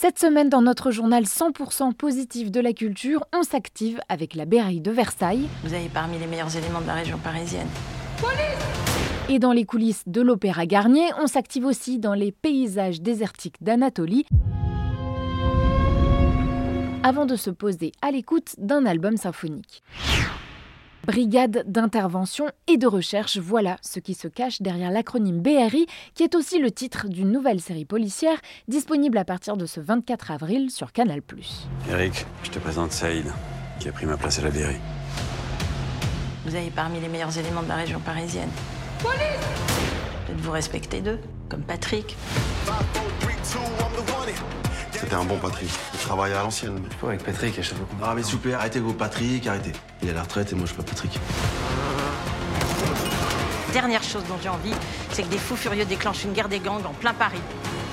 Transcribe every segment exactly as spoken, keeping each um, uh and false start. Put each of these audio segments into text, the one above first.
Cette semaine, dans notre journal cent pour cent positif de la culture, on s'active avec la B R I de Versailles. Vous avez parmi les meilleurs éléments de la région parisienne. Police ! Et dans les coulisses de l'Opéra Garnier, on s'active aussi dans les paysages désertiques d'Anatolie, avant de se poser à l'écoute d'un album symphonique. Brigade d'intervention et de recherche, voilà ce qui se cache derrière l'acronyme B R I, qui est aussi le titre d'une nouvelle série policière, disponible à partir de ce vingt-quatre avril sur Canal plus. Eric, je te présente Saïd, qui a pris ma place à la B R I. Vous avez parmi les meilleurs éléments de la région parisienne. Police ! Peut-être vous respectez d'eux, comme Patrick. C'était un bon Patrick. Il travaillait à l'ancienne. Je peux avec Patrick à chaque fois. Ah mais s'il vous plaît, arrêtez vos Patrick, arrêtez. Il est à la retraite et moi je suis pas Patrick. Dernière chose dont j'ai envie, c'est que des fous furieux déclenchent une guerre des gangs en plein Paris.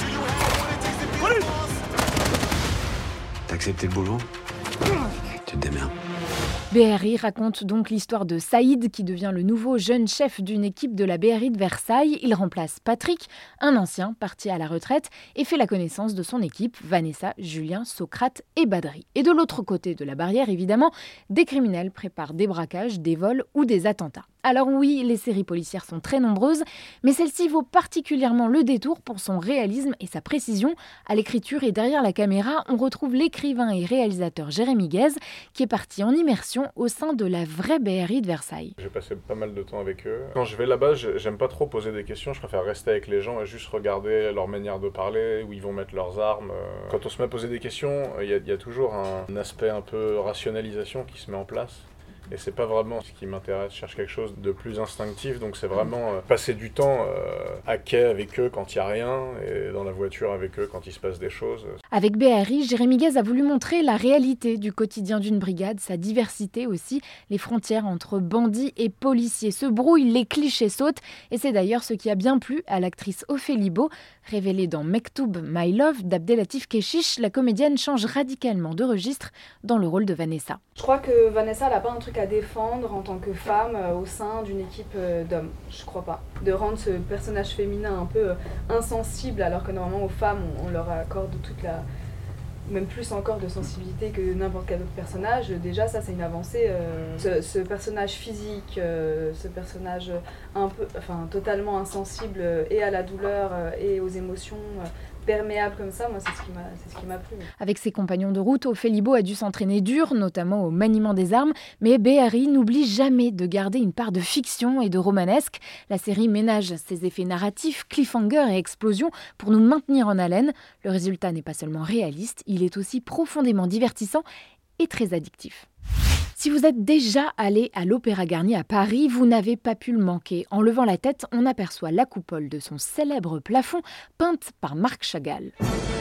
T'as accepté le boulot? Tu te démerdes. B R I raconte donc l'histoire de Saïd, qui devient le nouveau jeune chef d'une équipe de la B R I de Versailles. Il remplace Patrick, un ancien parti à la retraite, et fait la connaissance de son équipe, Vanessa, Julien, Socrate et Badri. Et de l'autre côté de la barrière, évidemment, des criminels préparent des braquages, des vols ou des attentats. Alors oui, les séries policières sont très nombreuses, mais celle-ci vaut particulièrement le détour pour son réalisme et sa précision. À l'écriture et derrière la caméra, on retrouve l'écrivain et réalisateur Jérémy Guez, qui est parti en immersion au sein de la vraie B R I de Versailles. J'ai passé pas mal de temps avec eux. Quand je vais là-bas, j'aime pas trop poser des questions, je préfère rester avec les gens et juste regarder leur manière de parler, où ils vont mettre leurs armes. Quand on se met à poser des questions, il y a, il y a toujours un aspect un peu rationalisation qui se met en place. Et c'est pas vraiment ce qui m'intéresse, je cherche quelque chose de plus instinctif, donc c'est vraiment euh, passer du temps euh, à quai avec eux quand il n'y a rien, et dans la voiture avec eux quand il se passe des choses. Avec B R I, Jérémy Guez a voulu montrer la réalité du quotidien d'une brigade, sa diversité aussi, les frontières entre bandits et policiers se brouillent, les clichés sautent, et c'est d'ailleurs ce qui a bien plu à l'actrice Ophélie Beau. Révélée dans Mektoub My Love d'Abdelatif Kechiche, la comédienne change radicalement de registre dans le rôle de Vanessa. Je crois que Vanessa n'a pas un truc à défendre en tant que femme euh, au sein d'une équipe euh, d'hommes, je crois pas. De rendre ce personnage féminin un peu euh, insensible, alors que normalement aux femmes on, on leur accorde toute la... même plus encore de sensibilité que n'importe quel autre personnage, déjà ça c'est une avancée. Euh, ce, ce personnage physique, euh, ce personnage un peu, enfin totalement insensible euh, et à la douleur euh, et aux émotions, euh, perméable comme ça, moi c'est ce qui m'a, c'est ce qui m'a plu. Avec ses compagnons de route, Ophélie Beau a dû s'entraîner dur, notamment au maniement des armes, mais B R I n'oublie jamais de garder une part de fiction et de romanesque. La série ménage ses effets narratifs, cliffhanger et explosions pour nous maintenir en haleine. Le résultat n'est pas seulement réaliste, il est aussi profondément divertissant et très addictif. Si vous êtes déjà allé à l'Opéra Garnier à Paris, vous n'avez pas pu le manquer. En levant la tête, on aperçoit la coupole de son célèbre plafond, peinte par Marc Chagall.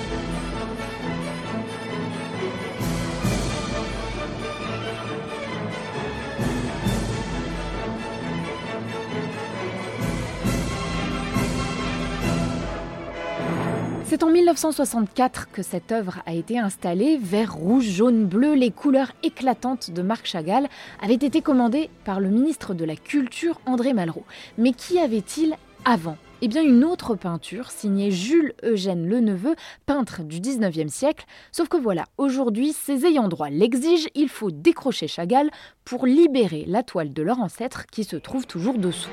C'est en mille neuf cent soixante-quatre que cette œuvre a été installée. Vert, rouge, jaune, bleu, les couleurs éclatantes de Marc Chagall avaient été commandées par le ministre de la Culture, André Malraux. Mais qu'y avait-il avant ? Eh bien, une autre peinture signée Jules Eugène Leneveu, peintre du dix-neuvième siècle. Sauf que voilà, aujourd'hui, ses ayants droit l'exigent, il faut décrocher Chagall pour libérer la toile de leur ancêtre qui se trouve toujours dessous.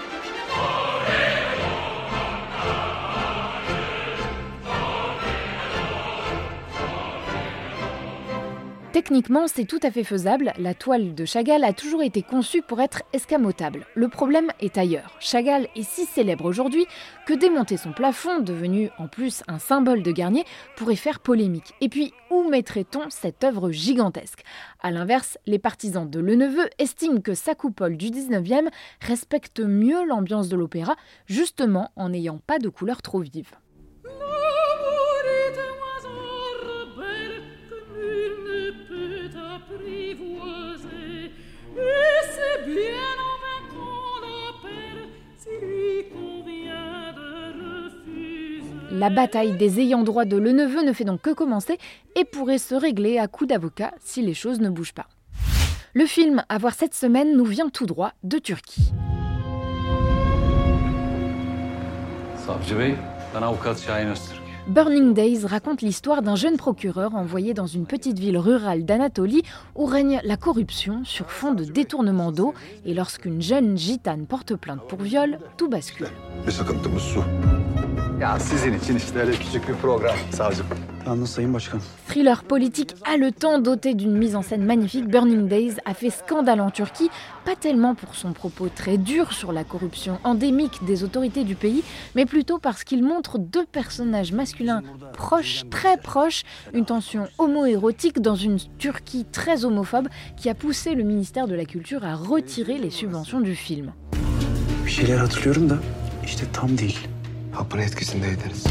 Techniquement, c'est tout à fait faisable. La toile de Chagall a toujours été conçue pour être escamotable. Le problème est ailleurs. Chagall est si célèbre aujourd'hui que démonter son plafond, devenu en plus un symbole de Garnier, pourrait faire polémique. Et puis, où mettrait-on cette œuvre gigantesque ? A l'inverse, les partisans de Leneveu estiment que sa coupole du dix-neuvième respecte mieux l'ambiance de l'opéra, justement en n'ayant pas de couleurs trop vives. La bataille des ayants droit de Leneveu ne fait donc que commencer et pourrait se régler à coups d'avocat si les choses ne bougent pas. Le film à voir cette semaine nous vient tout droit de Turquie. Savcı Bey, ben avukat Şahin Öztürk. Burning Days raconte l'histoire d'un jeune procureur envoyé dans une petite ville rurale d'Anatolie où règne la corruption sur fond de détournement d'eau, et lorsqu'une jeune gitane porte plainte pour viol, tout bascule. Thriller politique haletant doté d'une mise en scène magnifique, Burning Days a fait scandale en Turquie, pas tellement pour son propos très dur sur la corruption endémique des autorités du pays, mais plutôt parce qu'il montre deux personnages masculins proches, très proches, une tension homo-érotique dans une Turquie très homophobe qui a poussé le ministère de la Culture à retirer les subventions du film. Bir şeyler hatırlıyorum da işte tam değil. Hapın etkisindeydiniz.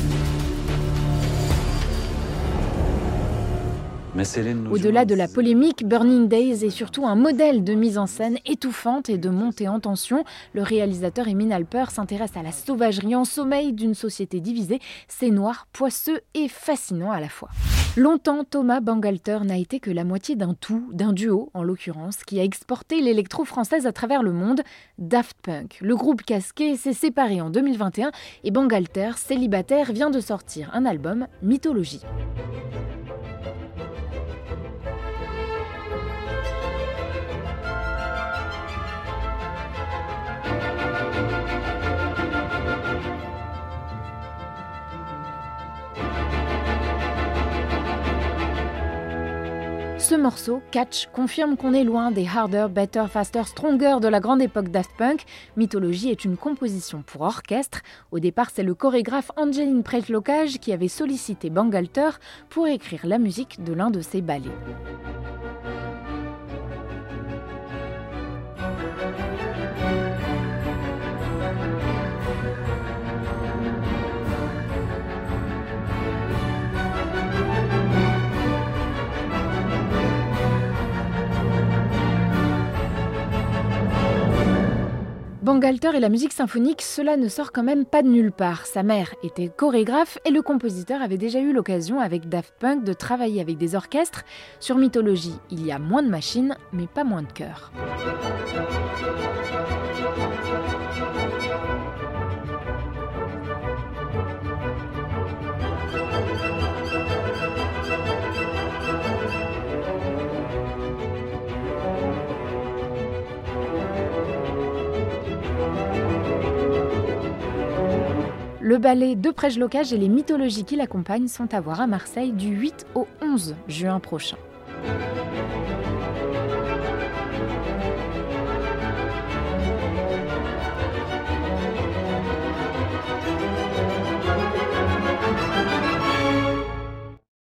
Au-delà de la polémique, Burning Days est surtout un modèle de mise en scène étouffante et de montée en tension. Le réalisateur Emin Alper s'intéresse à la sauvagerie en sommeil d'une société divisée. C'est noir, poisseux et fascinant à la fois. Longtemps, Thomas Bangalter n'a été que la moitié d'un tout, d'un duo en l'occurrence, qui a exporté l'électro-française à travers le monde, Daft Punk. Le groupe casqué s'est séparé en deux mille vingt et un et Bangalter, célibataire, vient de sortir un album, Mythologie. Ce morceau, Catch, confirme qu'on est loin des Harder, Better, Faster, Stronger de la grande époque Daft Punk. Mythologie est une composition pour orchestre. Au départ, c'est le chorégraphe Angelin Pretlocage qui avait sollicité Bangalter pour écrire la musique de l'un de ses ballets. Bangalter et la musique symphonique, cela ne sort quand même pas de nulle part. Sa mère était chorégraphe et le compositeur avait déjà eu l'occasion avec Daft Punk de travailler avec des orchestres. Sur Mythologie, il y a moins de machines, mais pas moins de chœurs. Le ballet de Pretlocage et les mythologies qui l'accompagnent sont à voir à Marseille du huit au onze juin prochain.